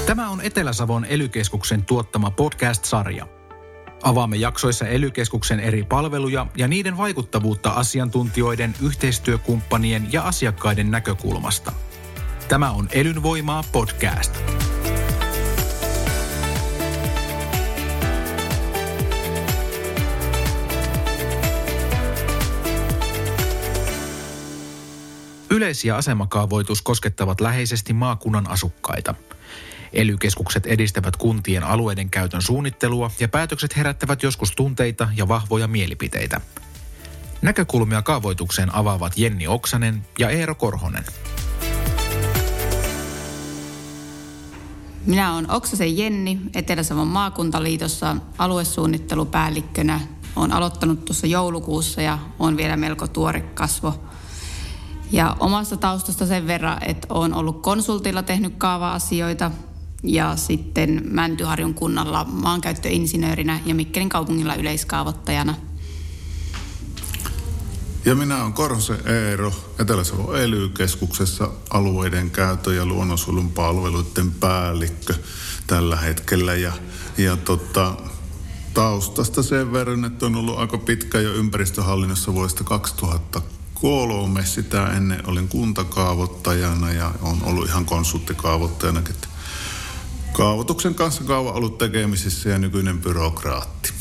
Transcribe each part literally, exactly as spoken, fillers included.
Tämä on Etelä-Savon ely-keskuksen tuottama podcast-sarja. Avaamme jaksoissa ely-keskuksen eri palveluja ja niiden vaikuttavuutta asiantuntijoiden, yhteistyökumppanien ja asiakkaiden näkökulmasta. Tämä on Elyn voimaa podcast. Yleis- ja asemakaavoitus koskettavat läheisesti maakunnan asukkaita. Ely-keskukset edistävät kuntien alueiden käytön suunnittelua ja päätökset herättävät joskus tunteita ja vahvoja mielipiteitä. Näkökulmia kaavoitukseen avaavat Jenni Oksanen ja Eero Korhonen. Minä olen Oksasen Jenni Etelä-Savon maakuntaliitossa aluesuunnittelupäällikkönä. Olen aloittanut tuossa joulukuussa ja olen vielä melko tuore kasvo. Ja omasta taustasta sen verran, että olen ollut konsultilla tehnyt kaava-asioita ja sitten Mäntyharjun kunnalla maankäyttöinsinöörinä ja Mikkelin kaupungilla yleiskaavoittajana. Ja minä olen Korhosen Eero Etelä-Savon ely-keskuksessa alueiden käytön ja luonnonsuojelun palveluiden päällikkö tällä hetkellä. Ja, ja tota, taustasta sen verran, että on ollut aika pitkä jo ympäristöhallinnossa vuodesta kaksituhattakolme. Sitä ennen olin kuntakaavoittajana ja olen ollut ihan konsulttikaavoittajanakin. Kaavoituksen kanssa kauan ollut tekemisissä ja nykyinen byrokraatti.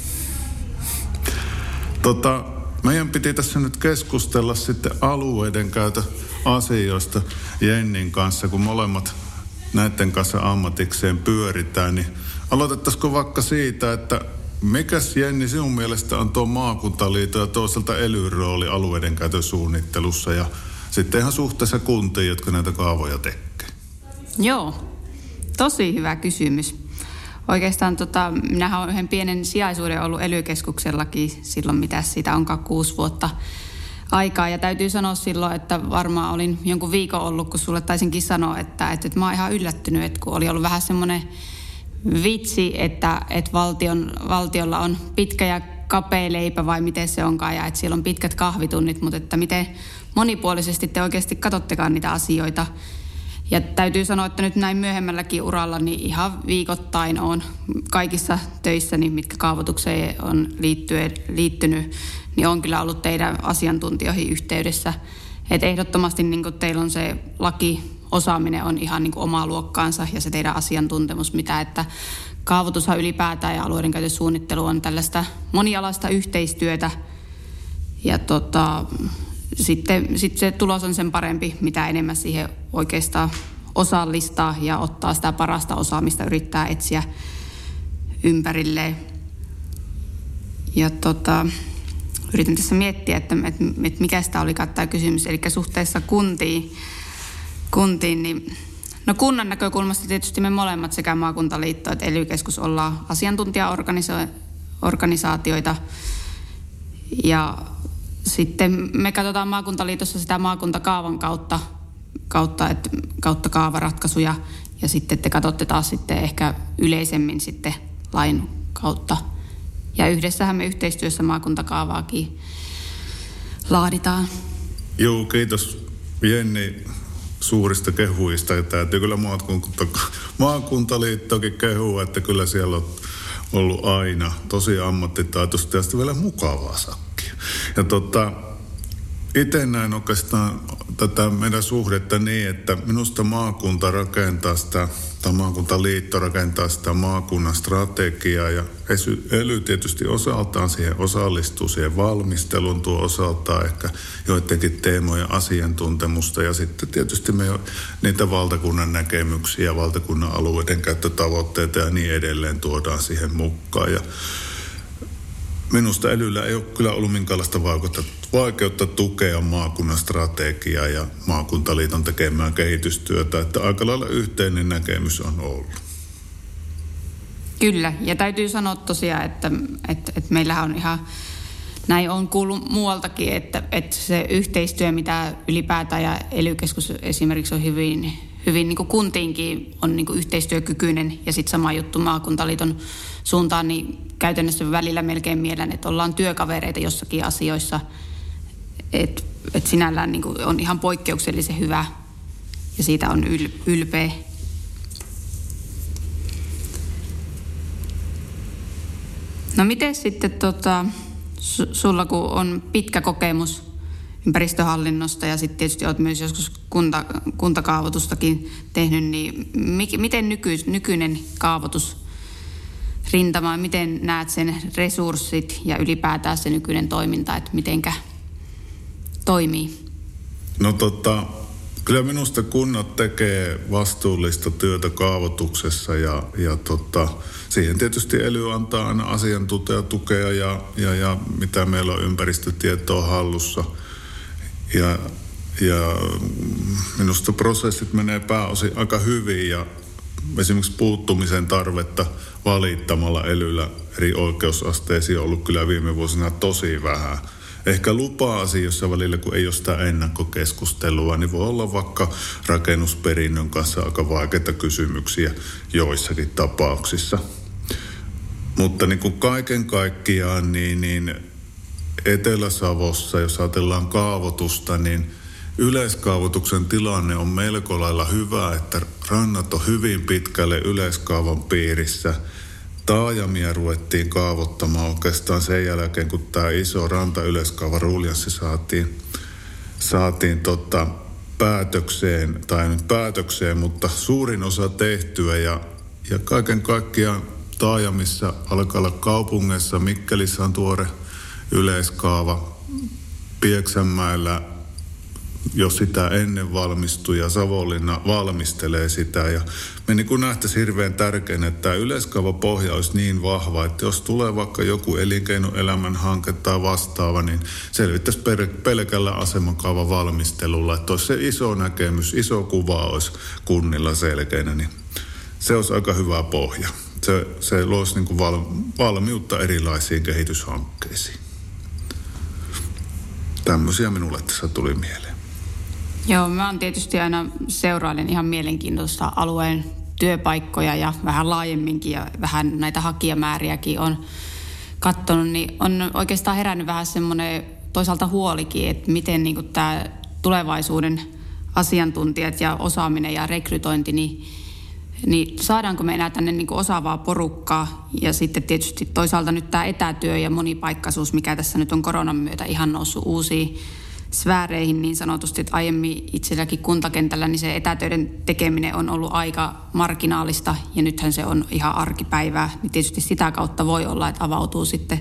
Tota, meidän piti tässä nyt keskustella sitten alueiden käytön asioista Jennin kanssa, kun molemmat näiden kanssa ammatikseen pyöritään. Niin aloitettaisiko vaikka siitä, että mikäs Jenni sinun mielestä on tuo maakuntaliiton ja toiselta elyn rooli alueiden käytön suunnittelussa ja sitten ihan suhteessa kuntiin, jotka näitä kaavoja tekee? Joo, tosi hyvä kysymys. Oikeastaan tota, minähän olen yhden pienen sijaisuuden ollut ely-keskuksellakin silloin, mitä siitä onkaan kuusi vuotta aikaa. Ja täytyy sanoa silloin, että varmaan olin jonkun viikon ollut, kun sulle taisinkin sanoa, että, että, että mä oon ihan yllättynyt, että kun oli ollut vähän semmoinen vitsi, että, että valtion, valtiolla on pitkä ja kapea leipä vai miten se onkaan ja että siellä on pitkät kahvitunnit, mutta että miten monipuolisesti te oikeasti katsottekaan niitä asioita. Ja täytyy sanoa, että nyt näin myöhemmälläkin uralla niin ihan viikoittain on kaikissa töissä, mitkä kaavoitukseen on liittyen, liittynyt, niin on kyllä ollut teidän asiantuntijoihin yhteydessä. Että ehdottomasti niin kun teillä on se lakiosaaminen on ihan niin kun omaa luokkaansa ja se teidän asiantuntemus, mitä että kaavoitushan ylipäätään ja alueiden käytön suunnittelu on tällaista monialaista yhteistyötä ja tota... Sitten, sitten se tulos on sen parempi, mitä enemmän siihen oikeastaan osallistaa ja ottaa sitä parasta osaamista, yrittää etsiä ympärilleen. Ja tota, yritän tässä miettiä, että, että, että mikä sitä olikaan tämä kysymys. Eli suhteessa kuntiin, kuntiin niin, no kunnan näkökulmasta tietysti me molemmat sekä maakuntaliitto että ely-keskus ollaan asiantuntijaorganisaatioita ja sitten me katsotaan maakuntaliitossa sitä maakuntakaavan kautta, kautta, että, kautta kaavaratkaisuja ja sitten te katsotte taas sitten ehkä yleisemmin sitten lain kautta. Ja yhdessähän me yhteistyössä maakuntakaavaakin laaditaan. Joo, kiitos Jenni suurista kehuista. Ja täytyy kyllä maakunta, maakuntaliittokin kehua, että kyllä siellä on ollut aina tosi ammattitaitoista ja sitten vielä mukavaa sakkia. Ja tota, itse näin oikeastaan tätä meidän suhdetta niin, että minusta maakunta rakentaa sitä, tai maakuntaliitto rakentaa sitä maakunnan strategiaa ja ely tietysti osaltaan siihen osallistuu siihen valmisteluun, tuo osaltaan ehkä joidenkin teemojen asiantuntemusta ja sitten tietysti me niitä valtakunnan näkemyksiä, valtakunnan alueiden käyttötavoitteita ja niin edelleen tuodaan siihen mukaan ja minusta elyllä ei ole kyllä ollut minkäänlaista vaikeutta tukea maakunnan strategiaa ja maakuntaliiton tekemään kehitystyötä, että aika lailla yhteinen näkemys on ollut. Kyllä, ja täytyy sanoa tosiaan, että, että, että meillähän on ihan, näin on kuullut muualtakin, että, että se yhteistyö, mitä ylipäätään ja ely-keskus esimerkiksi on hyvin, hyvin niin kuin kuntiinkin on niin kuin yhteistyökykyinen ja sitten sama juttu maakuntaliiton suuntaan, niin käytännössä välillä melkein mielen, että ollaan työkavereita jossakin asioissa, että et sinällään niin kuin on ihan poikkeuksellisen hyvä ja siitä on yl, ylpeä. No miten sitten tota, su- sulla kun on pitkä kokemus ympäristöhallinnosta ja sitten tietysti olet myös joskus kunta, kuntakaavoitustakin tehnyt, niin mi- miten nyky- nykyinen kaavoitus rintama, miten näet sen resurssit ja ylipäätään se nykyinen toiminta, että mitenkä toimii? No tota, kyllä minusta kunnat tekee vastuullista työtä kaavoituksessa ja, ja tota, siihen tietysti E L Y antaa aina asiantuntijatukea ja, ja, ja mitä meillä on ympäristötietoa hallussa. Ja, ja minusta prosessit menee pääosin aika hyvin ja esimerkiksi puuttumisen tarvetta valittamalla E L Yllä eri oikeusasteisiin on ollut kyllä viime vuosina tosi vähän. Ehkä lupa-asioissa välillä, kun ei ole sitä ennakkokeskustelua, niin voi olla vaikka rakennusperinnön kanssa aika vaikeita kysymyksiä joissakin tapauksissa. Mutta niin kuin kaiken kaikkiaan, niin, niin Etelä-Savossa, jos ajatellaan kaavoitusta, niin yleiskaavoituksen tilanne on melko lailla hyvä, että rannat on hyvin pitkälle yleiskaavan piirissä. Taajamia ruvettiin kaavoittamaan oikeastaan sen jälkeen, kun tämä iso ranta-yleiskaava ruljanssi saatiin, saatiin tota päätökseen, tai nyt päätökseen, mutta suurin osa tehtyä ja, ja kaiken kaikkiaan taajamissa alkaa olla kaupungeissa. Mikkelissä on tuore yleiskaava, Pieksämäellä jos sitä ennen valmistui ja Savonlinna valmistelee sitä. Ja me niin kuin nähtäisiin hirveän tärkeänä, että tämä yleiskaavapohja olisi niin vahva, että jos tulee vaikka joku elinkeinoelämän hanke tai vastaava, niin selvittäisi pelkällä asemakaavan valmistelulla, että olisi se iso näkemys, iso kuva olisi kunnilla selkeänä, niin se olisi aika hyvä pohja. Se, se loisi niin kuin val, valmiutta erilaisiin kehityshankkeisiin. Tämmöisiä minulle tässä tuli mieleen. Joo, mä oon tietysti aina seurailen ihan mielenkiintoista alueen työpaikkoja ja vähän laajemminkin ja vähän näitä hakijamääriäkin on katsonut, niin on oikeastaan herännyt vähän semmoinen toisaalta huolikin, että miten niin kuin tämä tulevaisuuden asiantuntijat ja osaaminen ja rekrytointi, niin, niin saadaanko me enää tänne niin kuin osaavaa porukkaa ja sitten tietysti toisaalta nyt tämä etätyö ja monipaikkaisuus, mikä tässä nyt on koronan myötä ihan noussut uusiin sfääreihin niin sanotusti, että aiemmin itselläkin kuntakentällä niin se etätöiden tekeminen on ollut aika marginaalista ja nythän se on ihan arkipäivää, niin tietysti sitä kautta voi olla, että avautuu sitten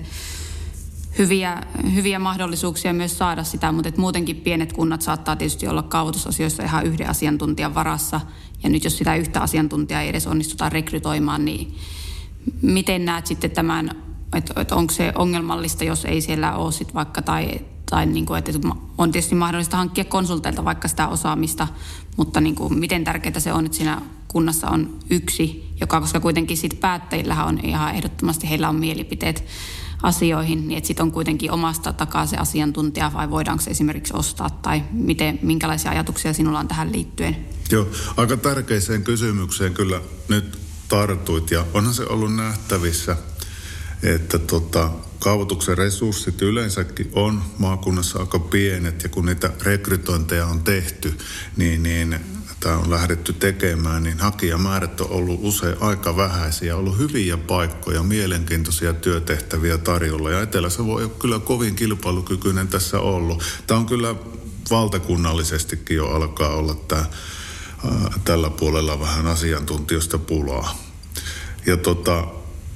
hyviä, hyviä mahdollisuuksia myös saada sitä, mutta että muutenkin pienet kunnat saattaa tietysti olla kaavoitusasioissa ihan yhden asiantuntijan varassa ja nyt jos sitä yhtä asiantuntijaa ei edes onnistuta rekrytoimaan, niin miten näet sitten tämän, että, että onko se ongelmallista, jos ei siellä ole sitten vaikka tai Tai niin kuin, että on tietysti mahdollista hankkia konsulteilta vaikka sitä osaamista, mutta niin kuin, miten tärkeää se on, että siinä kunnassa on yksi, joka, koska kuitenkin siitä päättäjillähän on ihan ehdottomasti, heillä on mielipiteet asioihin, niin että sitten on kuitenkin omasta takaa se asiantuntija, vai voidaanko se esimerkiksi ostaa, tai miten, minkälaisia ajatuksia sinulla on tähän liittyen? Joo, aika tärkeiseen kysymykseen kyllä nyt tartuit, ja onhan se ollut nähtävissä, että tota, kaavoituksen resurssit yleensäkin on maakunnassa aika pienet ja kun niitä rekrytointeja on tehty, niin, niin tämä on lähdetty tekemään, niin hakijamäärät on ollut usein aika vähäisiä, on ollut hyviä paikkoja, mielenkiintoisia työtehtäviä tarjolla ja Etelä-Savo ei ole kyllä kovin kilpailukykyinen tässä ollut. Tämä on kyllä valtakunnallisestikin jo alkaa olla tämä, ää, tällä puolella vähän asiantuntijoista pulaa. Ja tota,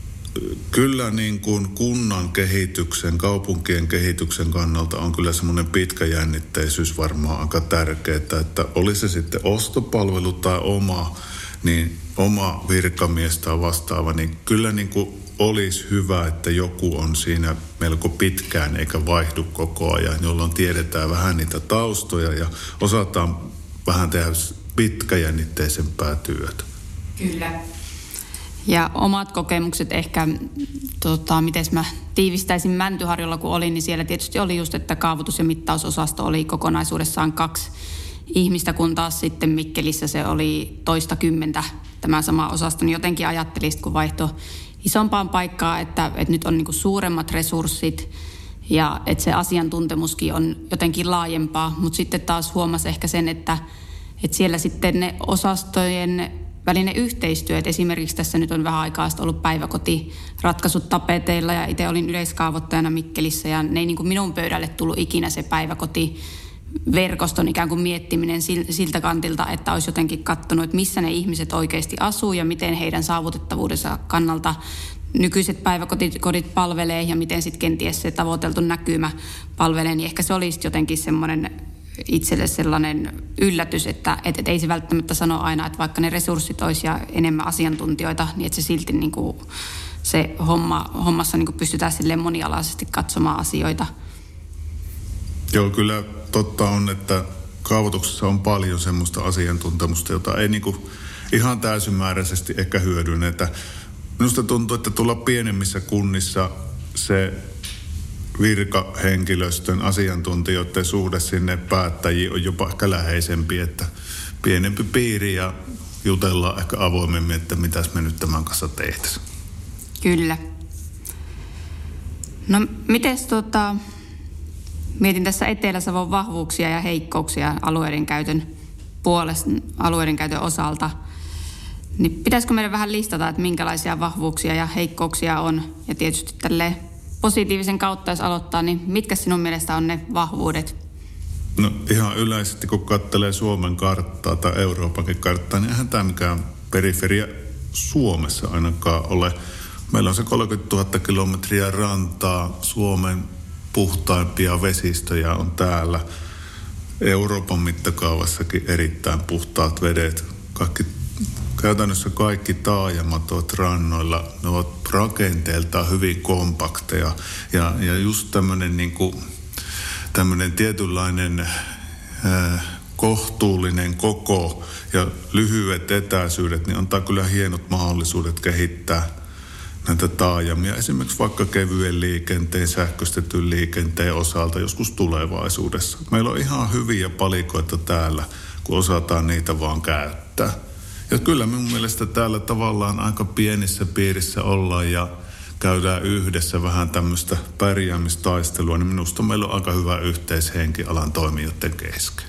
kyllä niin kuin kunnan kehityksen, kaupunkien kehityksen kannalta on kyllä semmoinen pitkäjännitteisyys varmaan aika tärkeää, että oli se sitten ostopalvelu tai oma, niin oma virkamies tai vastaava, niin kyllä niin kuin olisi hyvä, että joku on siinä melko pitkään eikä vaihdu koko ajan, jolloin tiedetään vähän niitä taustoja ja osataan vähän tehdä pitkäjännitteisempää työtä. Kyllä. Ja omat kokemukset ehkä, tota, miten mä tiivistäisin Mäntyharjulla kun olin, niin siellä tietysti oli just, että kaavoitus- ja mittausosasto oli kokonaisuudessaan kaksi ihmistä, kun taas sitten Mikkelissä se oli toista kymmentä tämä sama osasto. Niin jotenkin ajattelin, kun vaihtoi isompaan paikkaan, että, että nyt on niinku suuremmat resurssit ja että se asiantuntemuskin on jotenkin laajempaa, mutta sitten taas huomasi ehkä sen, että, että siellä sitten ne osastojen välinen yhteistyö. Et esimerkiksi tässä nyt on vähän aikaa ollut päiväkotiratkaisut tapeteilla ja itse olin yleiskaavoittajana Mikkelissä ja ne ei niin kuin minun pöydälle tullut ikinä se päiväkotiverkoston ikään kuin miettiminen siltä kantilta, että olisi jotenkin katsonut, että missä ne ihmiset oikeasti asuu ja miten heidän saavutettavuudensa kannalta nykyiset päiväkodit palvelee ja miten sitten kenties se tavoiteltu näkymä palvelee, niin ehkä se olisi jotenkin semmoinen itselle sellainen yllätys, että et, et ei se välttämättä sano aina, että vaikka ne resurssit olisi ja enemmän asiantuntijoita, niin että se silti niin kuin se homma, hommassa niin kuin pystytään silleen monialaisesti katsomaan asioita. Joo, kyllä totta on, että kaavoituksessa on paljon semmoista asiantuntemusta, jota ei niin kuin ihan täysimääräisesti ehkä hyödynnetä. Minusta tuntuu, että tuolla pienemmissä kunnissa se virkahenkilöstön, asiantuntijoiden suhde sinne päättäjiin on jopa ehkä läheisempi, että pienempi piiri ja jutellaan ehkä avoimemmin, että mitäs me nyt tämän kanssa tehtäisiin. Kyllä. No mites tota, mietin tässä Etelä-Savon vahvuuksia ja heikkouksia alueiden käytön puolesta, alueiden käytön osalta. Niin pitäisikö meidän vähän listata, että minkälaisia vahvuuksia ja heikkouksia on? Ja tietysti tälleen positiivisen kautta, jos aloittaa, niin mitkä sinun mielestä on ne vahvuudet? No ihan yleisesti, kun katselee Suomen karttaa tai Euroopankin karttaa, niin eihän tämä mikään periferia Suomessa ainakaan ole. Meillä on se kolmekymmentätuhatta kilometriä rantaa, Suomen puhtaimpia vesistöjä on täällä. Euroopan mittakaavassakin erittäin puhtaat vedet. Kaikki, käytännössä kaikki taajamat ovat rannoilla. Ne ovat rakenteeltaan hyvin kompakteja. Ja, ja just tämmöinen niin kuin, tämmöinen tietynlainen äh, kohtuullinen koko ja lyhyet etäisyydet, niin antaa kyllä hienot mahdollisuudet kehittää näitä taajamia. Esimerkiksi vaikka kevyen liikenteen, sähköistetyn liikenteen osalta joskus tulevaisuudessa. Meillä on ihan hyviä palikoita täällä, kun osataan niitä vaan käyttää. Ja kyllä minun mielestä täällä tavallaan aika pienissä piirissä ollaan ja käydään yhdessä vähän tämmöistä pärjäämistaistelua, niin minusta meillä on aika hyvä yhteishenki alan toimijoiden kesken.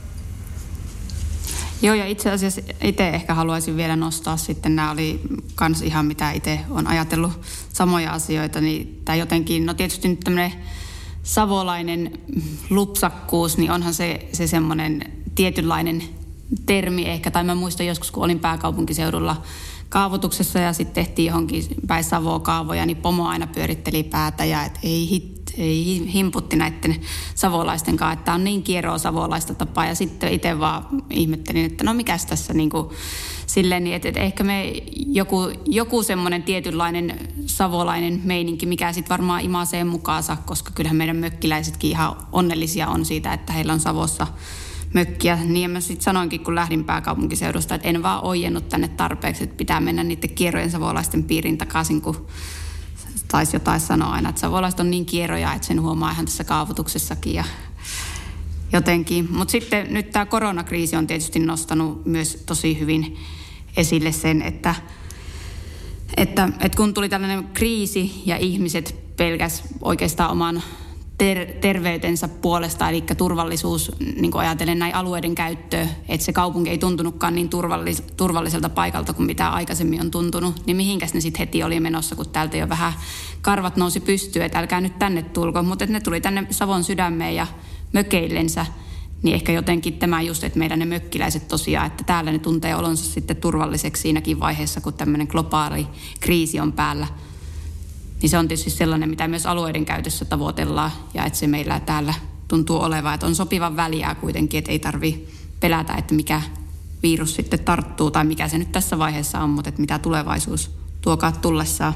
Joo, ja itse asiassa itse ehkä haluaisin vielä nostaa sitten, nämä oli kans ihan mitä itse olen ajatellut samoja asioita, niin tämä jotenkin, no tietysti nyt tämmöinen savolainen lupsakkuus, niin onhan se, se semmoinen tietynlainen termi ehkä, tai mä muistan joskus, kun olin pääkaupunkiseudulla kaavoituksessa ja sitten tehtiin johonkin päin Savoa kaavoja, niin pomo aina pyöritteli päätä ja et ei, hit, ei himputti näiden savolaisten kanssa, että on niin kieroa savolaista tapaa. Ja sitten itse vaan ihmettelin, että no mikäs tässä niin kuin silleen, niin että et ehkä me joku, joku semmoinen tietynlainen savolainen meininki, mikä sitten varmaan imaisee mukaansa, koska kyllähän meidän mökkiläisetkin ihan onnellisia on siitä, että heillä on Savossa mökkiä. Niin mä sitten sanoinkin, kun lähdin pääkaupunkiseudusta, että en vaan ojennut tänne tarpeeksi, että pitää mennä niiden kierrojen savolaisten piiriin takaisin, kun taisi jotain sanoa aina, että savolaiset on niin kierroja, että sen huomaa ihan tässä kaavoituksessakin ja jotenkin. Mutta sitten nyt tämä koronakriisi on tietysti nostanut myös tosi hyvin esille sen, että, että, että kun tuli tällainen kriisi ja ihmiset pelkäs oikeastaan oman Ter- terveytensä puolesta, eli turvallisuus, niin kuin ajatellen näin alueiden käyttöä, että se kaupunki ei tuntunutkaan niin turvallis- turvalliselta paikalta kuin mitä aikaisemmin on tuntunut, niin mihinkäs ne sitten heti oli menossa, kun täältä jo vähän karvat nousi pystyyn, että älkää nyt tänne tulko, mutta ne tuli tänne Savon sydämeen ja mökeillensä, niin ehkä jotenkin tämä just, että meidän ne mökkiläiset tosiaan, että täällä ne tuntee olonsa sitten turvalliseksi siinäkin vaiheessa, kun tämmöinen globaali kriisi on päällä. Niin se on tietysti sellainen, mitä myös alueiden käytössä tavoitellaan ja että se meillä täällä tuntuu olevan, että on sopivan väliä kuitenkin, että ei tarvitse pelätä, että mikä virus sitten tarttuu tai mikä se nyt tässä vaiheessa on, mutta että mitä tulevaisuus tuokaa tullessaan.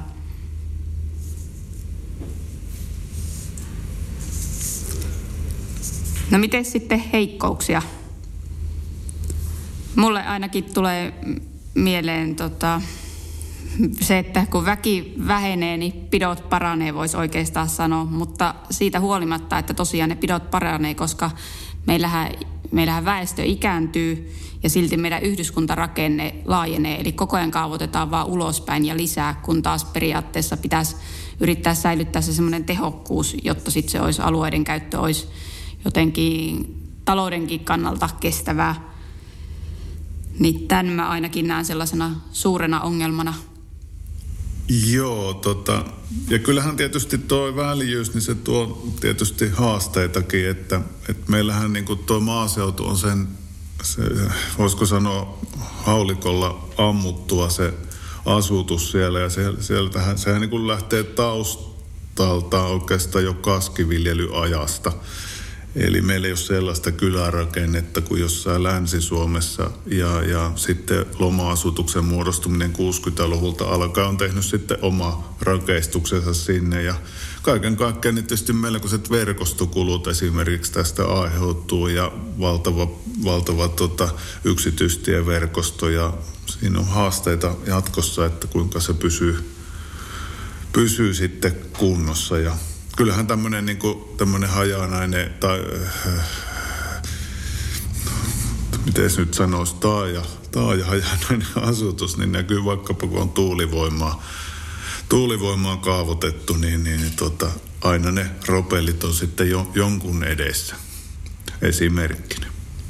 No miten sitten heikkouksia? Mulle ainakin tulee mieleen tota, se, että kun väki vähenee, niin pidot paranee, voisi oikeastaan sanoa. Mutta siitä huolimatta, että tosiaan ne pidot paranee, koska meillähän, meillähän väestö ikääntyy ja silti meidän yhdyskuntarakenne laajenee. Eli koko ajan kaavoitetaan vaan ulospäin ja lisää, kun taas periaatteessa pitäisi yrittää säilyttää se semmoinen tehokkuus, jotta sitten se olisi alueiden käyttö olisi jotenkin taloudenkin kannalta kestävää. Niin tämän mä ainakin näen sellaisena suurena ongelmana. Joo, tota, ja kyllähän tietysti tuo väljyys, niin se tuo tietysti haasteitakin, että, että meillähän niin kuin tuo maaseutu on sen, se, voisiko sanoa haulikolla ammuttua se asutus siellä, ja se, sieltähän sehän niin kuin lähtee taustalta oikeastaan jo kaskiviljelyajasta. Eli meillä ei ole sellaista kylärakennetta kuin jossain Länsi-Suomessa ja, ja sitten loma-asutuksen muodostuminen kuusikymmentäluvulta alkaen on tehnyt sitten oma rakeistuksensa sinne ja kaiken kaikkiaan niin tietysti melkoiset verkostokulut esimerkiksi tästä aiheutuu ja valtava, valtava tota, yksityistieverkosto ja siinä on haasteita jatkossa, että kuinka se pysyy, pysyy sitten kunnossa ja kyllähän tämmöinen niinku, tämmöinen hajanainen, tai äh, miten nyt sanoisi, taaja, taaja hajanainen asutus, niin näkyy vaikkapa kun on tuulivoimaa, tuulivoimaa kaavoitettu, niin, niin, niin tota, aina ne ropellit on sitten jo, jonkun edessä esimerkkinä.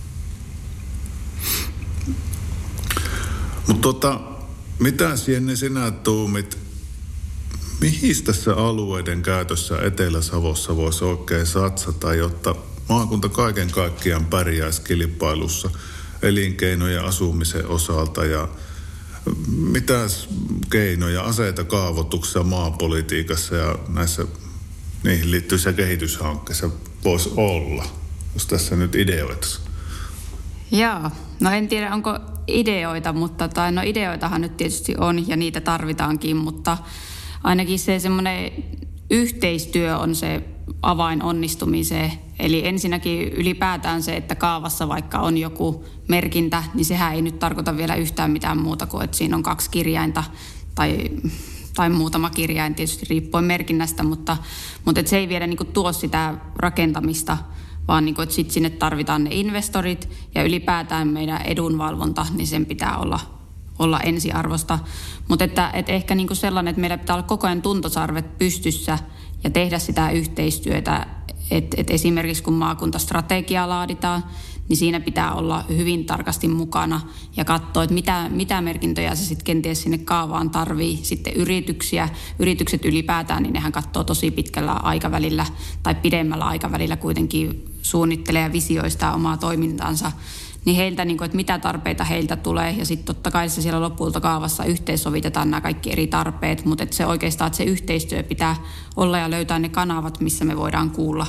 Mutta tota, mitä siihen sinä tuumit? Mihin tässä alueiden käytössä Etelä-Savossa voisi oikein satsata, jotta maakunta kaiken kaikkiaan pärjäisi kilpailussa elinkeinojen asumisen osalta ja mitä keinoja, aseita kaavoituksessa, maapolitiikassa ja näissä niihin liittyvissä kehityshankkeissa voisi olla, jos tässä nyt ideoitaisiin? Joo, no en tiedä onko ideoita, mutta tai no ideoitahan nyt tietysti on ja niitä tarvitaankin, mutta ainakin se semmoinen yhteistyö on se avain onnistumiseen. Eli ensinnäkin ylipäätään se, että kaavassa vaikka on joku merkintä, niin sehän ei nyt tarkoita vielä yhtään mitään muuta kuin, että siinä on kaksi kirjainta tai, tai muutama kirjain tietysti riippuen merkinnästä, mutta, mutta et se ei vielä niin kuin tuo sitä rakentamista, vaan niin kuin, että sitten sinne tarvitaan ne investorit ja ylipäätään meidän edunvalvonta, niin sen pitää olla olla ensiarvosta, mutta että, että ehkä niin kuin sellainen, että meillä pitää olla koko ajan tuntosarvet pystyssä ja tehdä sitä yhteistyötä, että, että esimerkiksi kun maakuntastrategiaa laaditaan, niin siinä pitää olla hyvin tarkasti mukana ja katsoa, että mitä, mitä merkintöjä se sitten kenties sinne kaavaan tarvii. Sitten yrityksiä, yritykset ylipäätään, niin nehän katsoo tosi pitkällä aikavälillä tai pidemmällä aikavälillä kuitenkin suunnittelee ja visioistaa omaa toimintaansa. Niin heiltä, niin kuin, että mitä tarpeita heiltä tulee ja sitten totta kai se siellä lopulta kaavassa yhteissovitetaan nämä kaikki eri tarpeet, mutta että se oikeastaan, että se yhteistyö pitää olla ja löytää ne kanavat, missä me voidaan kuulla,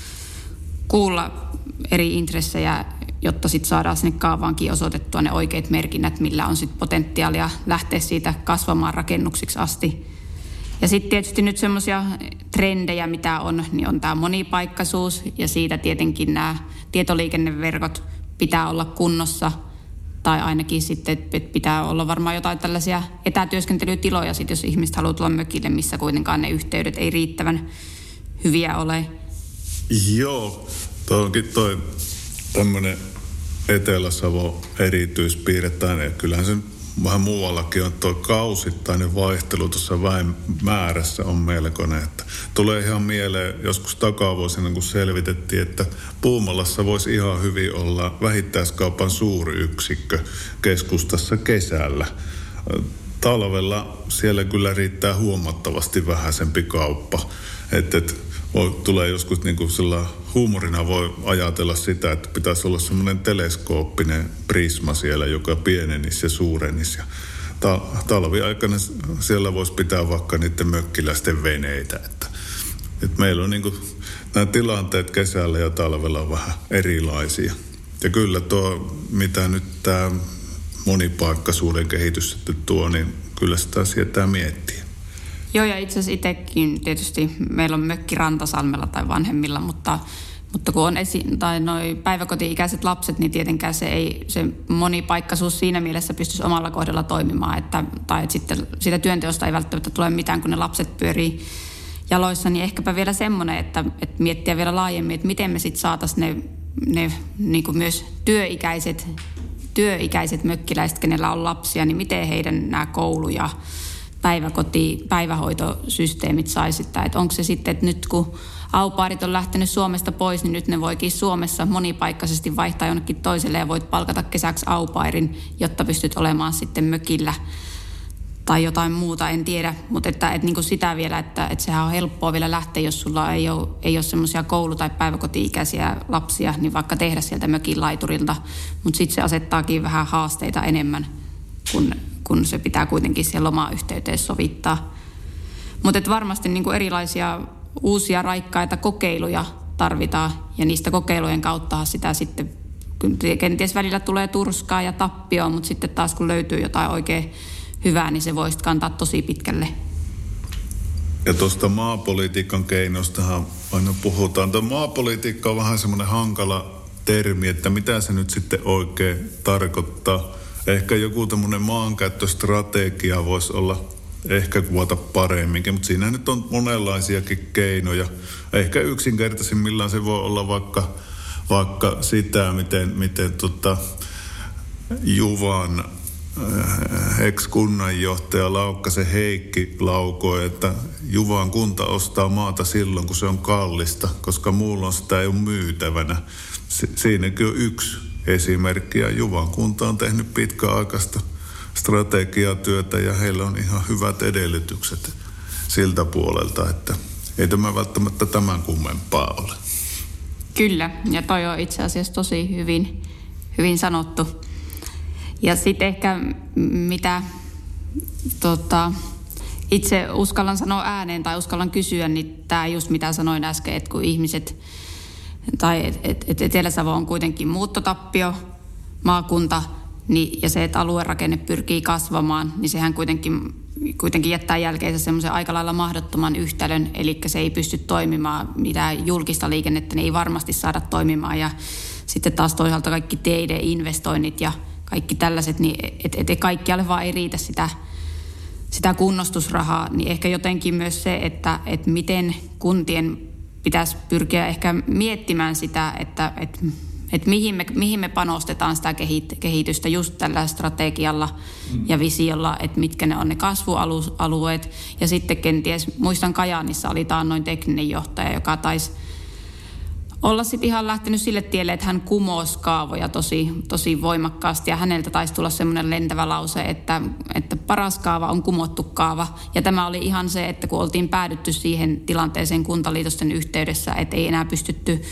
kuulla eri intressejä, jotta sitten saadaan sinne kaavaankin osoitettua ne oikeat merkinnät, millä on sitten potentiaalia lähteä siitä kasvamaan rakennuksiksi asti. Ja sitten tietysti nyt semmoisia trendejä, mitä on, niin on tämä monipaikkaisuus ja siitä tietenkin nämä tietoliikenneverkot pitää olla kunnossa, tai ainakin sitten, että pitää olla varmaan jotain tällaisia etätyöskentelytiloja, sit jos ihmiset haluaa tulla mökille, missä kuitenkaan ne yhteydet ei riittävän hyviä ole. Joo, toi onkin toi tämmöinen Etelä-Savo erityispiirre tänne. Kyllähän se vähän muuallakin on tuo kausittainen vaihtelu tuossa väen määrässä on melkoinen. Että tulee ihan mieleen joskus takavuosina, kun selvitettiin, että Puumalassa voisi ihan hyvin olla vähittäiskaupan suuryksikkö keskustassa kesällä. Talvella siellä kyllä riittää huomattavasti vähäisempi kauppa. Että et, tulee joskus niin kuin sillä huumorina voi ajatella sitä, että pitäisi olla semmoinen teleskooppinen prisma siellä, joka pienenisi ja suurenisi. Ja ta- talviaikana siellä voisi pitää vaikka niiden mökkiläisten veneitä. Että, että meillä on niin kuin, nämä tilanteet kesällä ja talvella on vähän erilaisia. Ja kyllä tuo, mitä nyt tämä monipaikkaisuuden kehitys sitten tuo, niin kyllä sitä sietää miettiä. Joo, ja itse asiassa itsekin tietysti meillä on mökki Rantasalmella tai vanhemmilla, mutta, mutta kun on esi- tai noi päiväkoti-ikäiset lapset, niin tietenkään se ei se monipaikkaisuus siinä mielessä pystyisi omalla kohdalla toimimaan, että, tai että sitten sitä työnteosta ei välttämättä tule mitään, kun ne lapset pyörii jaloissa, niin ehkäpä vielä semmoinen, että, että miettiä vielä laajemmin, että miten me sitten saataisiin ne, ne niin kuin myös työikäiset, työikäiset mökkiläiset, kenellä on lapsia, niin miten heidän nämä koulu ja päiväkoti, päivähoitosysteemit saisi, että onko se sitten, että nyt kun aupaarit on lähtenyt Suomesta pois, niin nyt ne voikin Suomessa monipaikkaisesti vaihtaa jonnekin toiselle ja voit palkata kesäksi aupairin, jotta pystyt olemaan sitten mökillä tai jotain muuta, en tiedä. Mutta että, että niin kuin sitä vielä, että, että sehän on helppoa vielä lähteä, jos sulla ei ole, ei ole semmoisia koulu- tai päiväkoti-ikäisiä lapsia, niin vaikka tehdä sieltä mökin laiturilta. Mutta sitten se asettaakin vähän haasteita enemmän, kun, kun se pitää kuitenkin siellä lomayhteyteen sovittaa. Mutta varmasti niin kuin erilaisia uusia raikkaita kokeiluja tarvitaan, ja niistä kokeilujen kautta sitä sitten kenties välillä tulee turskaa ja tappioa, mutta sitten taas kun löytyy jotain oikein hyvää, niin se voisi kantaa tosi pitkälle. Ja tuosta maapolitiikan keinostahan aina puhutaan. Tuo maapolitiikka on vähän semmoinen hankala termi, että mitä se nyt sitten oikein tarkoittaa. Ehkä joku tämmöinen maankäyttöstrategia voisi olla ehkä kuvata paremminkin, mutta siinä nyt on monenlaisiakin keinoja. Ehkä yksinkertaisimmillaan se voi olla vaikka, vaikka sitä, miten, miten tota Juvan ex-kunnanjohtaja Laukkasen Heikki laukoi, että Juvan kunta ostaa maata silloin, kun se on kallista, koska muulla sitä ei ole myytävänä. Siinäkin on yksi esimerkki, ja Juvan kunta on tehnyt pitkäaikaista strategiatyötä, ja heillä on ihan hyvät edellytykset siltä puolelta, että ei tämä välttämättä tämän kummempaa ole. Kyllä, ja toi on itse asiassa tosi hyvin, hyvin sanottu. Ja sitten ehkä mitä tota, itse uskallan sanoa ääneen tai uskallan kysyä, niin tämä just mitä sanoin äsken, että kun ihmiset, tai että et, et Etelä-Savo on kuitenkin muuttotappio, maakunta, niin, ja se, että aluerakenne pyrkii kasvamaan, niin sehän kuitenkin, kuitenkin jättää jälkeensä semmoisen aika lailla mahdottoman yhtälön, eli se ei pysty toimimaan, mitä julkista liikennettä niin ei varmasti saada toimimaan, ja sitten taas toisaalta kaikki teiden investoinnit ja kaikki tällaiset, niin että et kaikkialle vaan ei riitä sitä, sitä kunnostusrahaa, niin ehkä jotenkin myös se, että et miten kuntien pitäisi pyrkiä ehkä miettimään sitä, että et, et mihin, me, mihin me panostetaan sitä kehitystä just tällä strategialla mm. ja visiolla, että mitkä ne on ne kasvualueet. Ja sitten kenties, muistan Kajaanissa oli taannoin tekninen johtaja, joka taisi olla sitten ihan lähtenyt sille tielle, että hän kumosi kaavoja tosi, tosi voimakkaasti, ja häneltä taisi tulla semmoinen lentävä lause, että, että paras kaava on kumottu kaava. Ja tämä oli ihan se, että kun oltiin päädytty siihen tilanteeseen kuntaliitosten yhteydessä, että ei enää pystytty,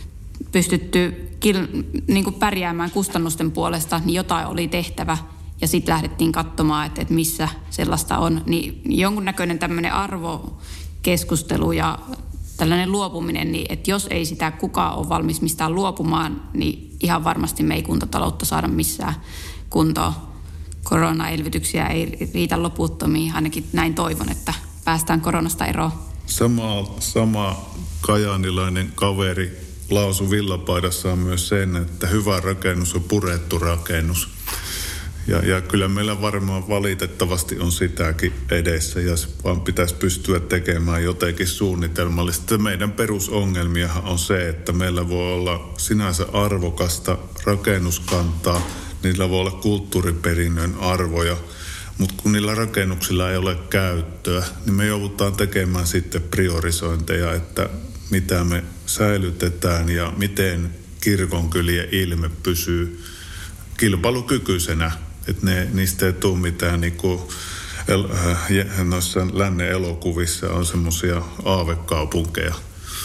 pystytty kil, niin kuin pärjäämään kustannusten puolesta, niin jotain oli tehtävä. Ja sitten lähdettiin katsomaan, että, että missä sellaista on. Niin jonkunnäköinen tämmöinen arvokeskustelu ja tällainen luopuminen, niin että jos ei sitä kukaan ole valmis mistään luopumaan, niin ihan varmasti me ei kuntataloutta saada missään kuntoon. Koronaelvytyksiä ei riitä loputtomiin, ainakin näin toivon, että päästään koronasta eroon. Sama, sama kajaanilainen kaveri lausui villapaidassaan myös sen, että hyvä rakennus on purettu rakennus. Ja, ja kyllä meillä varmaan valitettavasti on sitäkin edessä, ja vaan pitäisi pystyä tekemään jotenkin suunnitelmallisesti. Meidän perusongelmiahan on se, että meillä voi olla sinänsä arvokasta rakennuskantaa, niillä voi olla kulttuuriperinnön arvoja, mutta kun niillä rakennuksilla ei ole käyttöä, niin me joudutaan tekemään sitten priorisointeja, että mitä me säilytetään ja miten kirkonkylien ilme pysyy kilpailukykyisenä. Että ne, niistä ei tule mitään, niin kuin el, äh, noissa lännen elokuvissa on semmoisia aavekaupunkeja.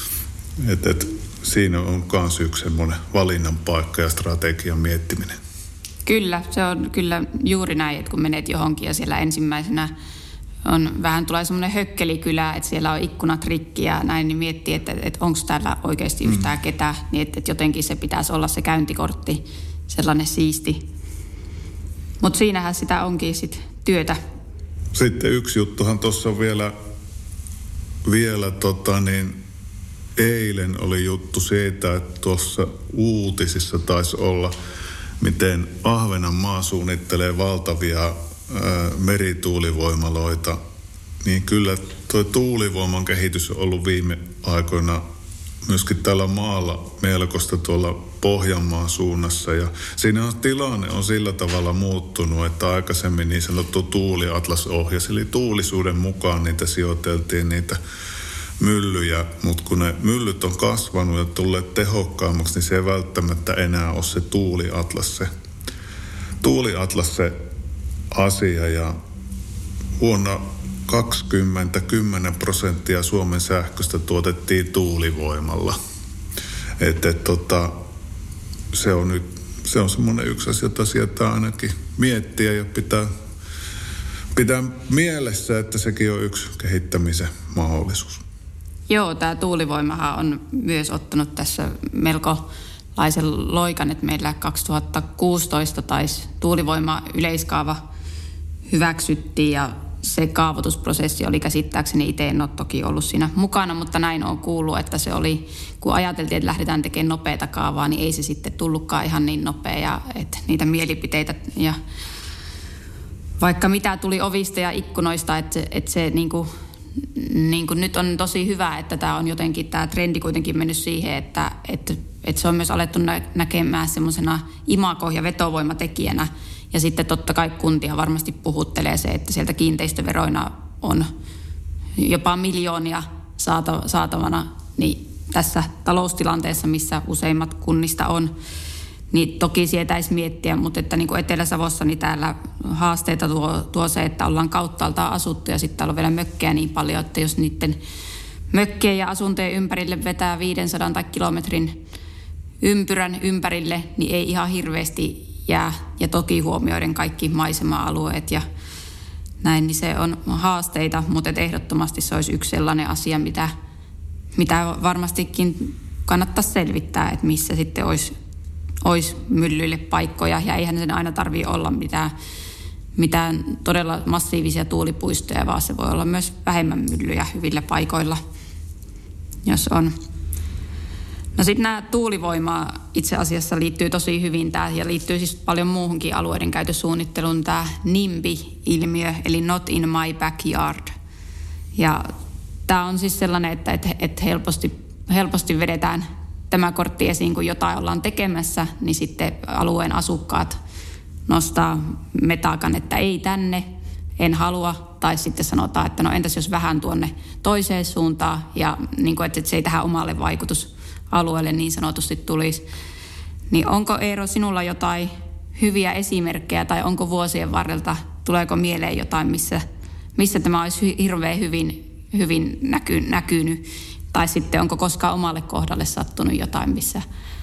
Että et, siinä on myös yksi semmoinen valinnan paikka ja strategian miettiminen. Kyllä, se on kyllä juuri näin, että kun menet johonkin ja siellä ensimmäisenä on, vähän tulee semmoinen hökkelikylä, että siellä on ikkunat rikki ja näin, niin miettii, että, että onko täällä oikeasti yhtään mm. ketään. Niin että, että jotenkin se pitäisi olla se käyntikortti, sellainen siisti. Mutta siinähän sitä onkin sit työtä. Sitten yksi juttuhan tuossa on vielä, vielä tota niin, eilen oli juttu siitä, että tuossa uutisissa taisi olla, miten Ahvenanmaa suunnittelee valtavia ää, merituulivoimaloita. Niin kyllä tuo tuulivoiman kehitys on ollut viime aikoina myöskin tällä maalla melkoista tuolla Pohjanmaan suunnassa. Ja siinä on, tilanne on sillä tavalla muuttunut, että aikaisemmin niin sanottu tuuliatlas ohjasi, eli tuulisuuden mukaan niitä sijoiteltiin niitä myllyjä, mutta kun ne myllyt on kasvanut ja tulleet tehokkaammaksi, niin se ei välttämättä enää ole se tuuliatlas se, tuuliatlas se asia. Ja vuonna kaksikymmentä kymmenen prosenttia Suomen sähköstä tuotettiin tuulivoimalla. Että et, tota, se on nyt se on semmoinen yksi asia, jota sieltä ainakin miettiä ja pitää, pitää mielessä, että sekin on yksi kehittämisen mahdollisuus. Joo, tämä tuulivoimahan on myös ottanut tässä melkolaisen loikan, että meillä kaksituhattakuusitoista taisi tuulivoima yleiskaava hyväksyttiin ja se kaavoitusprosessi oli käsittääkseni, itse en ole toki ollut siinä mukana, mutta näin on kuullut, että se oli, kun ajateltiin, että lähdetään tekemään nopeata kaavaa, niin ei se sitten tullutkaan ihan niin nopea ja että niitä mielipiteitä ja vaikka mitä tuli ovista ja ikkunoista, että se, että se niin kuin, niin kuin nyt on tosi hyvä, että tämä on jotenkin tämä trendi kuitenkin mennyt siihen, että, että, että se on myös alettu näkemään semmoisena imako- ja vetovoimatekijänä. Ja sitten totta kai kuntia varmasti puhuttelee se, että sieltä kiinteistöveroina on jopa miljoonia saatavana, niin tässä taloustilanteessa, missä useimmat kunnista on, niin toki sietäisi miettiä, mutta että niin kuin Etelä-Savossa niin täällä haasteita tuo, tuo se, että ollaan kauttaaltaan asuttu ja sitten täällä on vielä mökkejä niin paljon, että jos niiden mökkien ja asuntojen ympärille vetää viisisataa tai kilometrin ympyrän ympärille, niin ei ihan hirveästi jää. Ja toki huomioiden kaikki maisema-alueet ja näin, niin se on haasteita, mutta ehdottomasti se olisi yksi sellainen asia, mitä, mitä varmastikin kannattaisi selvittää, että missä sitten olisi, olisi myllyille paikkoja. Ja eihän sen aina tarvitse olla mitään, mitään todella massiivisia tuulipuistoja, vaan se voi olla myös vähemmän myllyjä hyvillä paikoilla, jos on. No sitten nämä tuulivoimaa itse asiassa liittyy tosi hyvin tämä ja liittyy siis paljon muuhunkin alueiden käytösuunnitteluun tämä NIMBY-ilmiö, eli Not in my backyard. Ja tämä on siis sellainen, että, että, että helposti, helposti vedetään tämä kortti esiin, kun jotain ollaan tekemässä, niin sitten alueen asukkaat nostaa metakan, että ei tänne, en halua, tai sitten sanotaan, että no entäs jos vähän tuonne toiseen suuntaan, ja niin kuin, että se ei tähän omalle vaikutusalueelle niin sanotusti tulisi. Niin onko Eero sinulla jotain hyviä esimerkkejä, tai onko vuosien varrelta, tuleeko mieleen jotain, missä, missä tämä olisi hirveän hyvin, hyvin näky, näkynyt, tai sitten onko koskaan omalle kohdalle sattunut jotain, missä...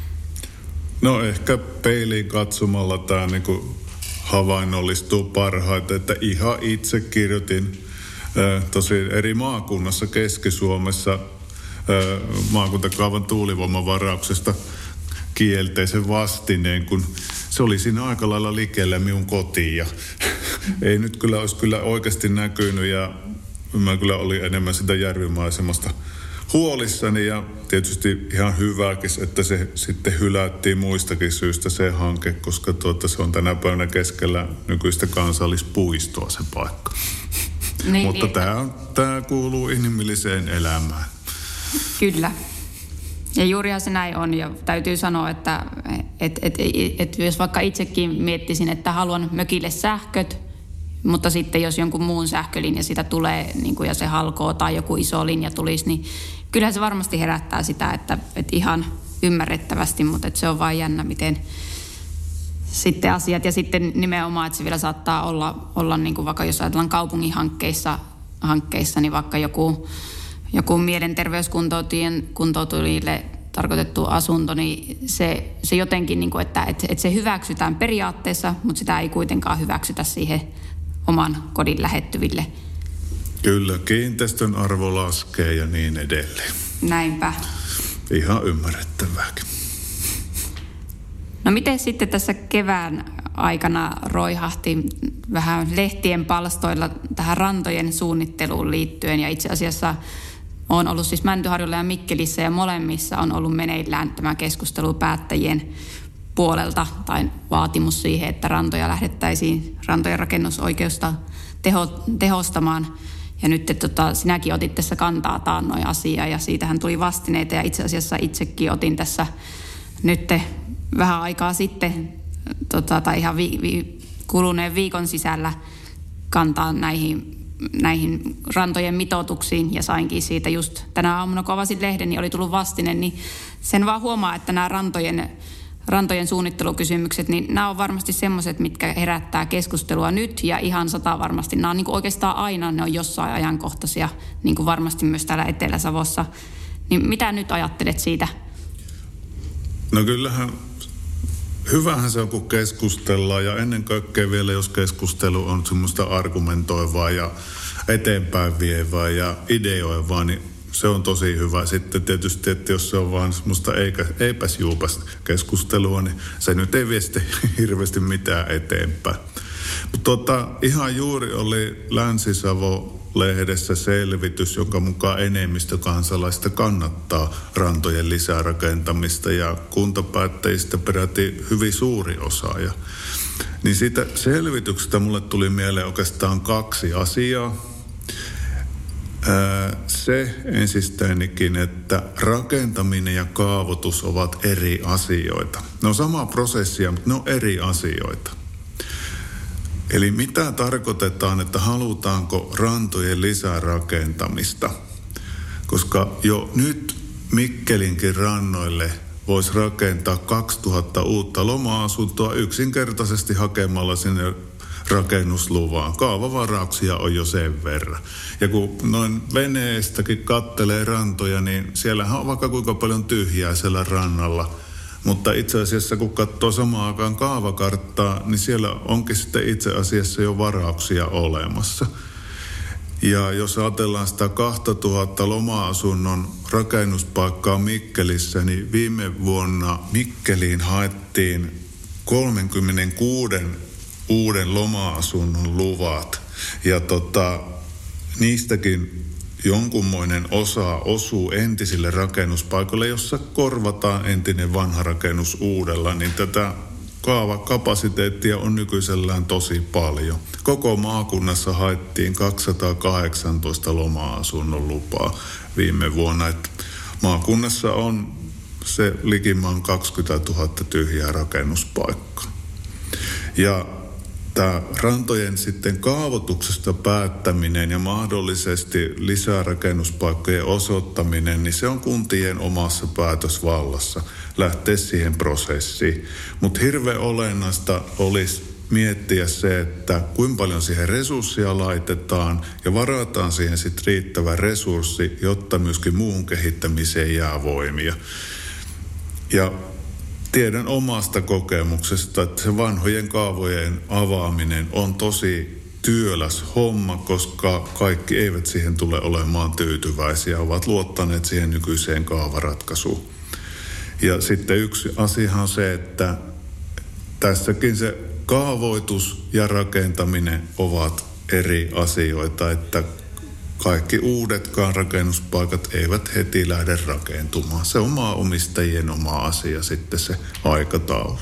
No ehkä peiliin katsomalla tämä niinku havainnollistuu parhaiten, että ihan itse kirjoitin äh, tosi eri maakunnassa Keski-Suomessa äh, maakuntakaavan tuulivoimavarauksesta kielteisen vastineen, kun se oli siinä aika lailla likellä minun kotiin ja ei nyt kyllä olisi kyllä oikeasti näkynyt ja mä kyllä olin enemmän sitä järvimaisemasta huolissani ja tietysti ihan hyväkin, että se sitten hylättiin muistakin syystä se hanke, koska tuota, se on tänä päivänä keskellä nykyistä kansallispuistoa se paikka. Niin, mutta niin. Tämä, tämä kuuluu inhimilliseen elämään. Kyllä. Ja juurihan se näin on ja täytyy sanoa, että et, et, et, et jos vaikka itsekin miettisin, että haluan mökille sähköt, mutta sitten jos jonkun muun sähkölinja sitä tulee niin kuin ja se halkoo tai joku iso linja tulisi, niin kyllähän se varmasti herättää sitä, että, että ihan ymmärrettävästi, mutta että se on vain jännä, miten sitten asiat. Ja sitten nimenomaan, että se vielä saattaa olla, olla niin kuin vaikka jos ajatellaan kaupungin hankkeissa, hankkeissa niin vaikka joku, joku mielenterveyskuntoutujille tarkoitettu asunto, niin se, se jotenkin, niin kuin, että, että, että se hyväksytään periaatteessa, mutta sitä ei kuitenkaan hyväksytä siihen oman kodin lähettyville. Kyllä, kiinteistön arvo laskee ja niin edelleen. Näinpä. Ihan ymmärrettävääkin. No miten sitten tässä kevään aikana roihahti vähän lehtien palstoilla tähän rantojen suunnitteluun liittyen ja itse asiassa on ollut siis Mäntyharjulla ja Mikkelissä ja molemmissa on ollut meneillään tämä keskustelu päättäjien puolelta tai vaatimus siihen, että rantoja lähdettäisiin rantojen rakennusoikeusta teho, tehostamaan. Ja nyt tota, sinäkin otit tässä kantaa taannoin asiaa ja siitähän tuli vastineita ja itse asiassa itsekin otin tässä nyt vähän aikaa sitten tota, tai ihan vi, vi, kuluneen viikon sisällä kantaa näihin näihin rantojen mitoituksiin ja sainkin siitä just tänä aamuna, kun avasin lehden, niin oli tullut vastine, niin sen vaan huomaa, että nämä rantojen, rantojen suunnittelukysymykset, niin nämä on varmasti semmoiset, mitkä herättää keskustelua nyt ja ihan sata varmasti. Nämä on niin kuin oikeastaan aina, ne on jossain ajankohtaisia, niin kuin varmasti myös täällä Etelä-Savossa. Niin mitä nyt ajattelet siitä? No kyllähän hyvähän se on, kun keskustellaan ja ennen kaikkea vielä, jos keskustelu on semmoista argumentoivaa ja eteenpäin vievää ja ideoivaa, niin se on tosi hyvä. Sitten tietysti, että jos se on vaan semmoista eipäs juupas keskustelua, niin se nyt ei vie sitten hirveästi mitään eteenpäin. Mutta tota, ihan juuri oli Länsi-Savo-lehdessä selvitys, jonka mukaan enemmistö kansalaista kannattaa rantojen lisärakentamista ja kuntapäättäjistä peräti hyvin suuri osa. Ja, niin siitä selvityksestä mulle tuli mieleen oikeastaan kaksi asiaa. Se ensistäänkin, että rakentaminen ja kaavoitus ovat eri asioita. Ne on samaa prosessia, mutta ne on eri asioita. Eli mitä tarkoitetaan, että halutaanko rantojen lisärakentamista? Koska jo nyt Mikkelinkin rannoille voisi rakentaa kaksituhatta uutta loma-asuntoa yksinkertaisesti hakemalla sinne rakennusluvan. Kaavavarauksia on jo sen verran. Ja kun noin veneestäkin kattelee rantoja, niin siellähän on vaikka kuinka paljon tyhjää siellä rannalla. Mutta itse asiassa kun katsoo samaan aikaan kaavakarttaa, niin siellä onkin sitten itse asiassa jo varauksia olemassa. Ja jos ajatellaan sitä kaksituhatta loma-asunnon rakennuspaikkaa Mikkelissä, niin viime vuonna Mikkeliin haettiin kolmekymmentäkuusi uuden loma-asunnon luvat. Ja tota, niistäkin jonkunmoinen osa osuu entisille rakennuspaikoille, jossa korvataan entinen vanha rakennus uudella, niin tätä kaavakapasiteettia on nykyisellään tosi paljon. Koko maakunnassa haettiin kaksisataakahdeksantoista loma-asunnon lupaa viime vuonna. Et maakunnassa on se likimaan kaksikymmentätuhatta tyhjää rakennuspaikkaa. Ja tämä rantojen sitten kaavoituksesta päättäminen ja mahdollisesti lisää rakennuspaikkojen osoittaminen, niin se on kuntien omassa päätösvallassa lähteä siihen prosessiin. Mutta hirveän olennaista olisi miettiä se, että kuinka paljon siihen resursseja laitetaan ja varataan siihen sitten riittävä resurssi, jotta myöskin muuhun kehittämiseen jää voimia. Ja tiedän omasta kokemuksesta, että se vanhojen kaavojen avaaminen on tosi työläs homma, koska kaikki eivät siihen tule olemaan tyytyväisiä, ovat luottaneet siihen nykyiseen kaavaratkaisuun. Ja sitten yksi asia on se, että tässäkin se kaavoitus ja rakentaminen ovat eri asioita, että kaikki uudetkaan rakennuspaikat eivät heti lähde rakentumaan. Se on maanomistajien oma asia sitten se aikataulu.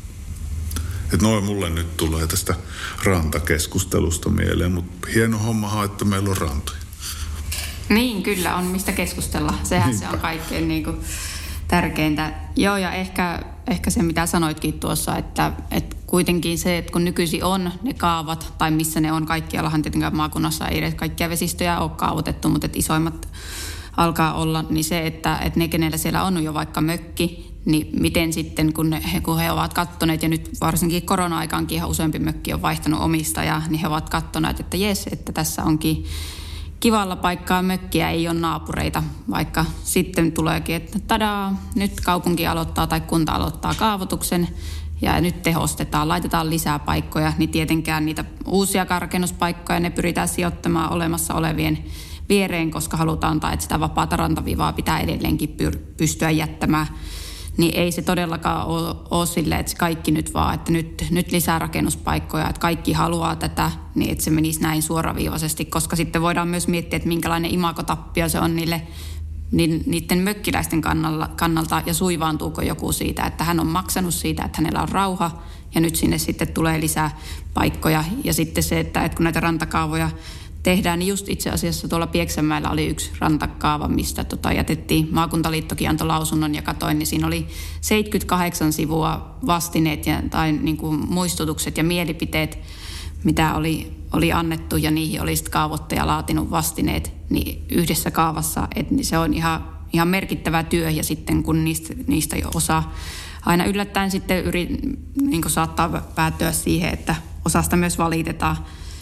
Että noin mulle nyt tulee tästä rantakeskustelusta mieleen, mutta hieno hommahan, että meillä on rantoja. Niin, kyllä on mistä keskustella. Sehän Niinpä. Se on kaikkein niin kuin tärkeintä. Joo, ja ehkä, ehkä se mitä sanoitkin tuossa, että, että kuitenkin se, että kun nykyisin on ne kaavat, tai missä ne on, kaikkiallahan tietenkään maakunnassa ei edes kaikkia vesistöjä ole kaavoitettu, mutta että isoimmat alkaa olla, niin se, että, että ne, kenellä siellä on jo vaikka mökki, niin miten sitten, kun, ne, kun he ovat kattoneet, ja nyt varsinkin korona-aikaankin ihan useampi mökki on vaihtanut omistajaa, niin he ovat kattoneet, että jes, että tässä onkin kivalla paikkaa mökkiä, ei ole naapureita, vaikka sitten tuleekin, että tadaa, nyt kaupunki aloittaa tai kunta aloittaa kaavoituksen ja nyt tehostetaan, laitetaan lisää paikkoja, niin tietenkään niitä uusia rakennuspaikkoja ne pyritään sijoittamaan olemassa olevien viereen, koska halutaan, tai että sitä vapaata rantavivaa pitää edelleenkin pystyä jättämään. Niin ei se todellakaan ole, ole silleen, että se kaikki nyt vaan, että nyt, nyt lisää rakennuspaikkoja, että kaikki haluaa tätä, niin että se menisi näin suoraviivaisesti, koska sitten voidaan myös miettiä, että minkälainen imagotappio se on niille, niiden mökkiläisten kannalta, kannalta ja suivaantuuko joku siitä, että hän on maksanut siitä, että hänellä on rauha ja nyt sinne sitten tulee lisää paikkoja. Ja sitten se, että, että kun näitä rantakaavoja tehdään, niin just itse asiassa tuolla Pieksämäellä oli yksi rantakaava, mistä tota jätettiin, maakuntaliittokin antoi lausunnon ja katoin, niin siinä oli seitsemänkymmentäkahdeksan sivua vastineet ja, tai niin kuin muistutukset ja mielipiteet, mitä oli, oli annettu ja niihin oli sitten kaavoittaja laatinut vastineet niin yhdessä kaavassa, että se on ihan, ihan merkittävä työ ja sitten kun niistä, niistä jo osaa aina yllättäen sitten yri, niin saattaa päätyä siihen, että osasta myös valitetaan,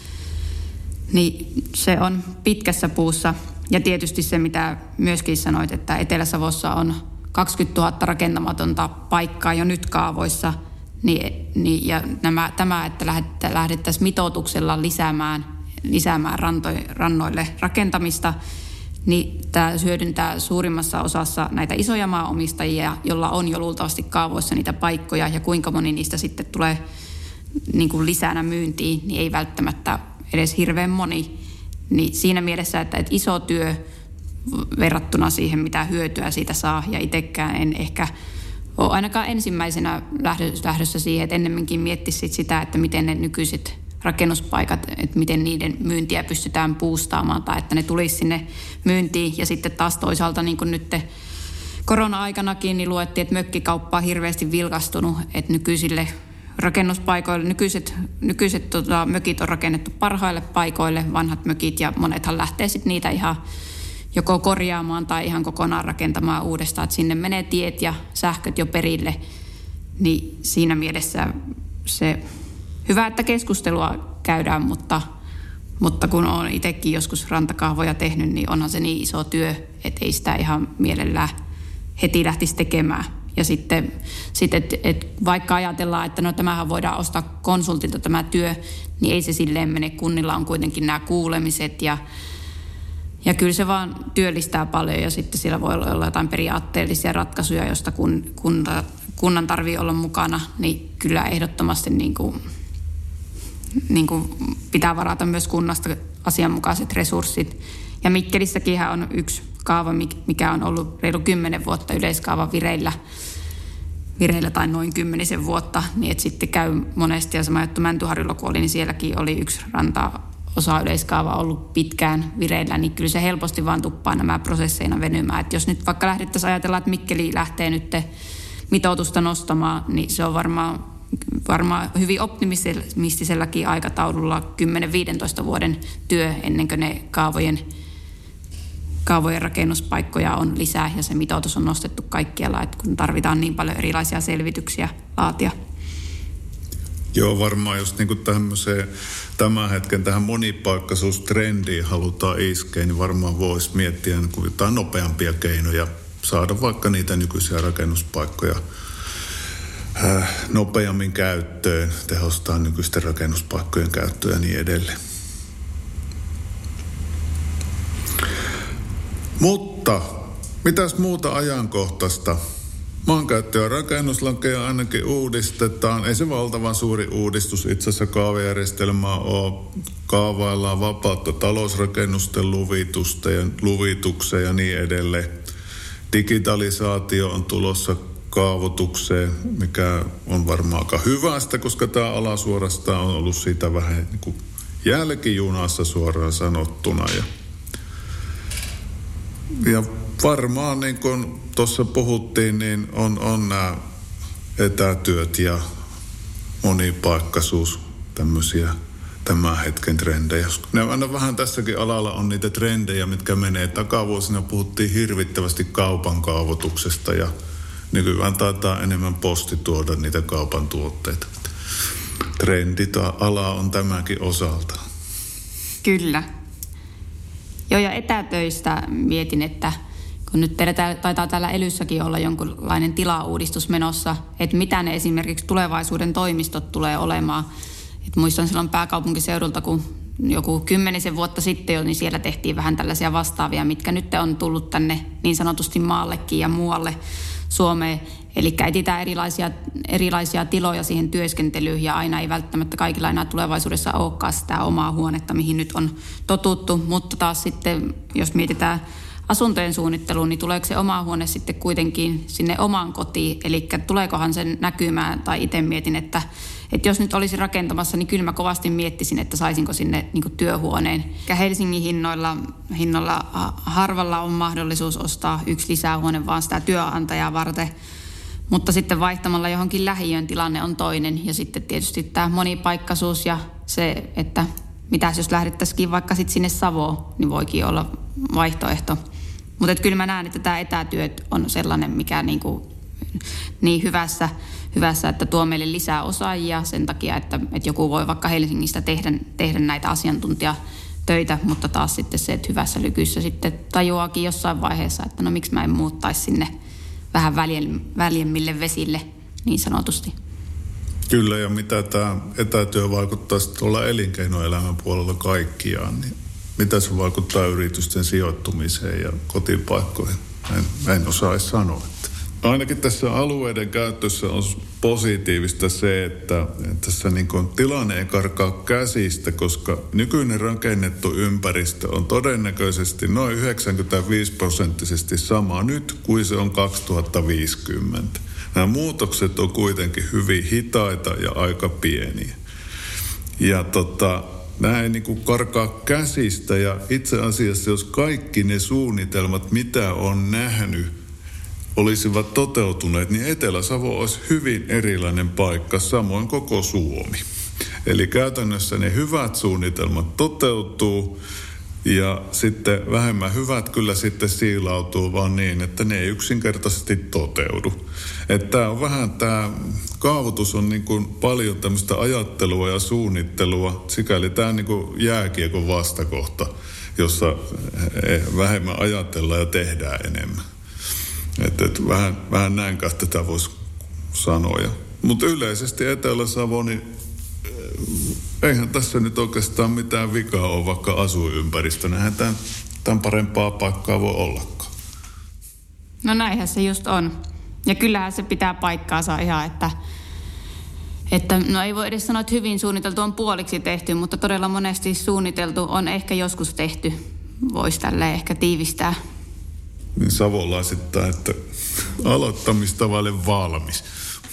niin se on pitkässä puussa. Ja tietysti se, mitä myöskin sanoit, että Etelä-Savossa on kaksikymmentätuhatta rakentamatonta paikkaa jo nyt kaavoissa, niin, niin, ja nämä, tämä, että lähdettäisiin mitoituksella lisäämään, lisäämään ranto, rannoille rakentamista, niin tämä hyödyntää suurimmassa osassa näitä isoja maanomistajia, jolla on jo luultavasti kaavoissa niitä paikkoja, ja kuinka moni niistä sitten tulee niin kuin lisänä myyntiin, niin ei välttämättä edes hirveän moni. Niin siinä mielessä, että, että iso työ verrattuna siihen, mitä hyötyä siitä saa, ja itsekään en ehkä ole ainakaan ensimmäisenä lähdössä siihen, että ennemminkin miettisi sitä, että miten ne nykyiset rakennuspaikat, että miten niiden myyntiä pystytään boostaamaan tai että ne tulisi sinne myyntiin. Ja sitten taas toisaalta niin kuin nyt korona-aikanakin niin luettiin, että mökkikauppa on hirveästi vilkastunut, että nykyisille rakennuspaikoille, nykyiset, nykyiset tota, mökit on rakennettu parhaille paikoille, vanhat mökit, ja monethan lähtee sitten niitä ihan joko korjaamaan tai ihan kokonaan rakentamaan uudestaan, että sinne menee tiet ja sähköt jo perille, niin siinä mielessä se hyvä, että keskustelua käydään, mutta, mutta kun olen itsekin joskus rantakahvoja tehnyt, niin onhan se niin iso työ, että ei sitä ihan mielellään heti lähtisi tekemään. Ja sitten, sitten että et vaikka ajatellaan, että no tämähän voidaan ostaa konsultilta tämä työ, niin ei se silleen mene. Kunnilla on kuitenkin nämä kuulemiset ja, ja kyllä se vaan työllistää paljon ja sitten siellä voi olla jotain periaatteellisia ratkaisuja, joista kun, kunta, kunnan tarvii olla mukana, niin kyllä ehdottomasti niin kuin, niin kuin pitää varata myös kunnasta asianmukaiset resurssit. Ja Mikkelissäkinhän on yksi kaava, mikä on ollut reilu kymmenen vuotta yleiskaava vireillä, vireillä tai noin kymmenisen vuotta, niin että sitten käy monesti, ja sama juttu Mäntyharjulla kun oli, niin sielläkin oli yksi ranta-osa yleiskaava ollut pitkään vireillä, niin kyllä se helposti vaan tuppaa nämä prosesseina venymään. Että jos nyt vaikka lähdettäisiin ajatella, että Mikkeli lähtee nyt mitoitusta nostamaan, niin se on varmaan, varmaan hyvin optimistisellakin aikataululla kymmenen viisitoista vuoden työ ennen kuin ne kaavojen Kaavojen rakennuspaikkoja on lisää ja se mitoitus on nostettu kaikkialla, että kun tarvitaan niin paljon erilaisia selvityksiä laatia. Joo, varmaan just niin kuin tämmöiseen tämän hetken tähän monipaikkaisuustrendiin halutaan iskeä, niin varmaan voisi miettiä niin kuin jotain nopeampia keinoja saada vaikka niitä nykyisiä rakennuspaikkoja äh, nopeammin käyttöön, tehostaa nykyisten rakennuspaikkojen käyttöä ja niin edelleen. Mutta mitäs muuta ajankohtaista? Maankäyttö- ja rakennuslakeja ainakin uudistetaan. Ei se valtavan suuri uudistus itse asiassa kaavajärjestelmää ole. Kaavaillaan vapautta talousrakennusten luvitusta ja luvitukseen ja niin edelleen. Digitalisaatio on tulossa kaavoitukseen, mikä on varmaan aika hyvästä, koska tämä ala suorastaan on ollut siitä vähän niin kuin jälkijunassa suoraan sanottuna. Ja Ja varmaan, niin kuin tuossa puhuttiin, niin on, on nämä etätyöt ja monipaikkaisuus, tämmöisiä tämän hetken trendejä. Ne aina vähän tässäkin alalla on niitä trendejä, mitkä menee. Takavuosina puhuttiin hirvittävästi kaupan kaavoituksesta ja nykyään taitaa enemmän posti tuoda niitä kaupan tuotteita. Trendit ala on tämäkin osalta. Kyllä. Joo, ja etätöistä mietin, että kun nyt teillä taitaa täällä Elyssäkin olla jonkunlainen tilauudistus menossa, että mitä ne esimerkiksi tulevaisuuden toimistot tulee olemaan. Et muistan silloin pääkaupunkiseudulta, kun joku kymmenisen vuotta sitten jo, niin siellä tehtiin vähän tällaisia vastaavia, mitkä nyt on tullut tänne niin sanotusti maallekin ja muualle Suomeen. Eli etsitään erilaisia, erilaisia tiloja siihen työskentelyyn ja aina ei välttämättä kaikilla enää tulevaisuudessa olekaan sitä omaa huonetta, mihin nyt on totuttu. Mutta taas sitten, jos mietitään asuntojen suunnitteluun, niin tuleeko se oma huone sitten kuitenkin sinne omaan kotiin? Eli tuleekohan sen näkymään, tai itse mietin, että, että jos nyt olisi rakentamassa, niin kyllä mä kovasti miettisin, että saisinko sinne niin kuin työhuoneen. Helsingin hinnoilla, hinnoilla harvalla on mahdollisuus ostaa yksi lisähuone vaan sitä työantajaa varten. Mutta sitten vaihtamalla johonkin lähiöön tilanne on toinen. Ja sitten tietysti tämä monipaikkaisuus ja se, että mitäs jos lähdettäisikin vaikka sitten sinne Savoon, niin voikin olla vaihtoehto. Mutta kyllä mä näen, että tämä etätyöt on sellainen, mikä niinku, niin hyvässä, hyvässä, että tuo meille lisää osaajia sen takia, että, että joku voi vaikka Helsingistä tehdä, tehdä näitä asiantuntijatöitä, mutta taas sitten se, että hyvässä lykyssä sitten tajuaakin jossain vaiheessa, että no miksi mä en muuttaisi sinne vähän väljemmille vesille niin sanotusti. Kyllä, ja mitä tämä etätyö vaikuttaa tuolla elinkeinoelämän puolella kaikkiaan, niin mitä se vaikuttaa yritysten sijoittumiseen ja kotipaikkoihin? En, en osaa edes sanoa. Ainakin tässä alueiden käytössä on positiivista se, että tässä niin kuin tilanne ei karkaa käsistä, koska nykyinen rakennettu ympäristö on todennäköisesti noin yhdeksänkymmentäviisi prosenttisesti sama nyt kuin se on kaksituhattaviisikymmentä. Nämä muutokset on kuitenkin hyvin hitaita ja aika pieniä. Ja tota, nämä ei niin kuin karkaa käsistä, ja itse asiassa jos kaikki ne suunnitelmat, mitä on nähnyt, olisivat toteutuneet, niin Etelä-Savo olisi hyvin erilainen paikka, samoin koko Suomi. Eli käytännössä ne hyvät suunnitelmat toteutuu, ja sitten vähemmän hyvät kyllä sitten siilautuu vaan niin, että ne ei yksinkertaisesti toteudu. Että tämä on vähän, tämä kaavoitus on niin kuin paljon tämmöistä ajattelua ja suunnittelua, sikäli tämä on niin kuin jääkiekon vastakohta, jossa vähemmän ajatellaan ja tehdään enemmän. Että et vähän, vähän näin kai tätä voisi sanoa. Mutta yleisesti Etelä-Savo, niin eihän tässä nyt oikeastaan mitään vikaa ole, vaikka asuinympäristönä. Eihän tämän, tämän parempaa paikkaa voi ollakaan. No näinhän se just on. Ja kyllähän se pitää paikkaansa ihan, että, että no ei voi edes sanoa, että hyvin suunniteltu on puoliksi tehty, mutta todella monesti suunniteltu on ehkä joskus tehty. Voisi tälleen ehkä tiivistää. Niin savolaisittain, että aloittamista vaille valmis.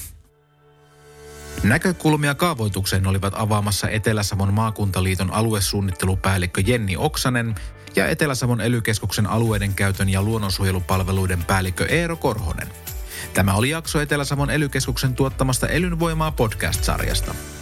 Näkökulmia kaavoitukseen olivat avaamassa Etelä-Savon maakuntaliiton aluesuunnittelupäällikkö Jenni Oksanen ja Etelä-Savon ely-keskuksen alueiden käytön ja luonnonsuojelupalveluiden päällikkö Eero Korhonen. Tämä oli jakso Etelä-Savon ely-keskuksen tuottamasta Elynvoimaa podcast-sarjasta.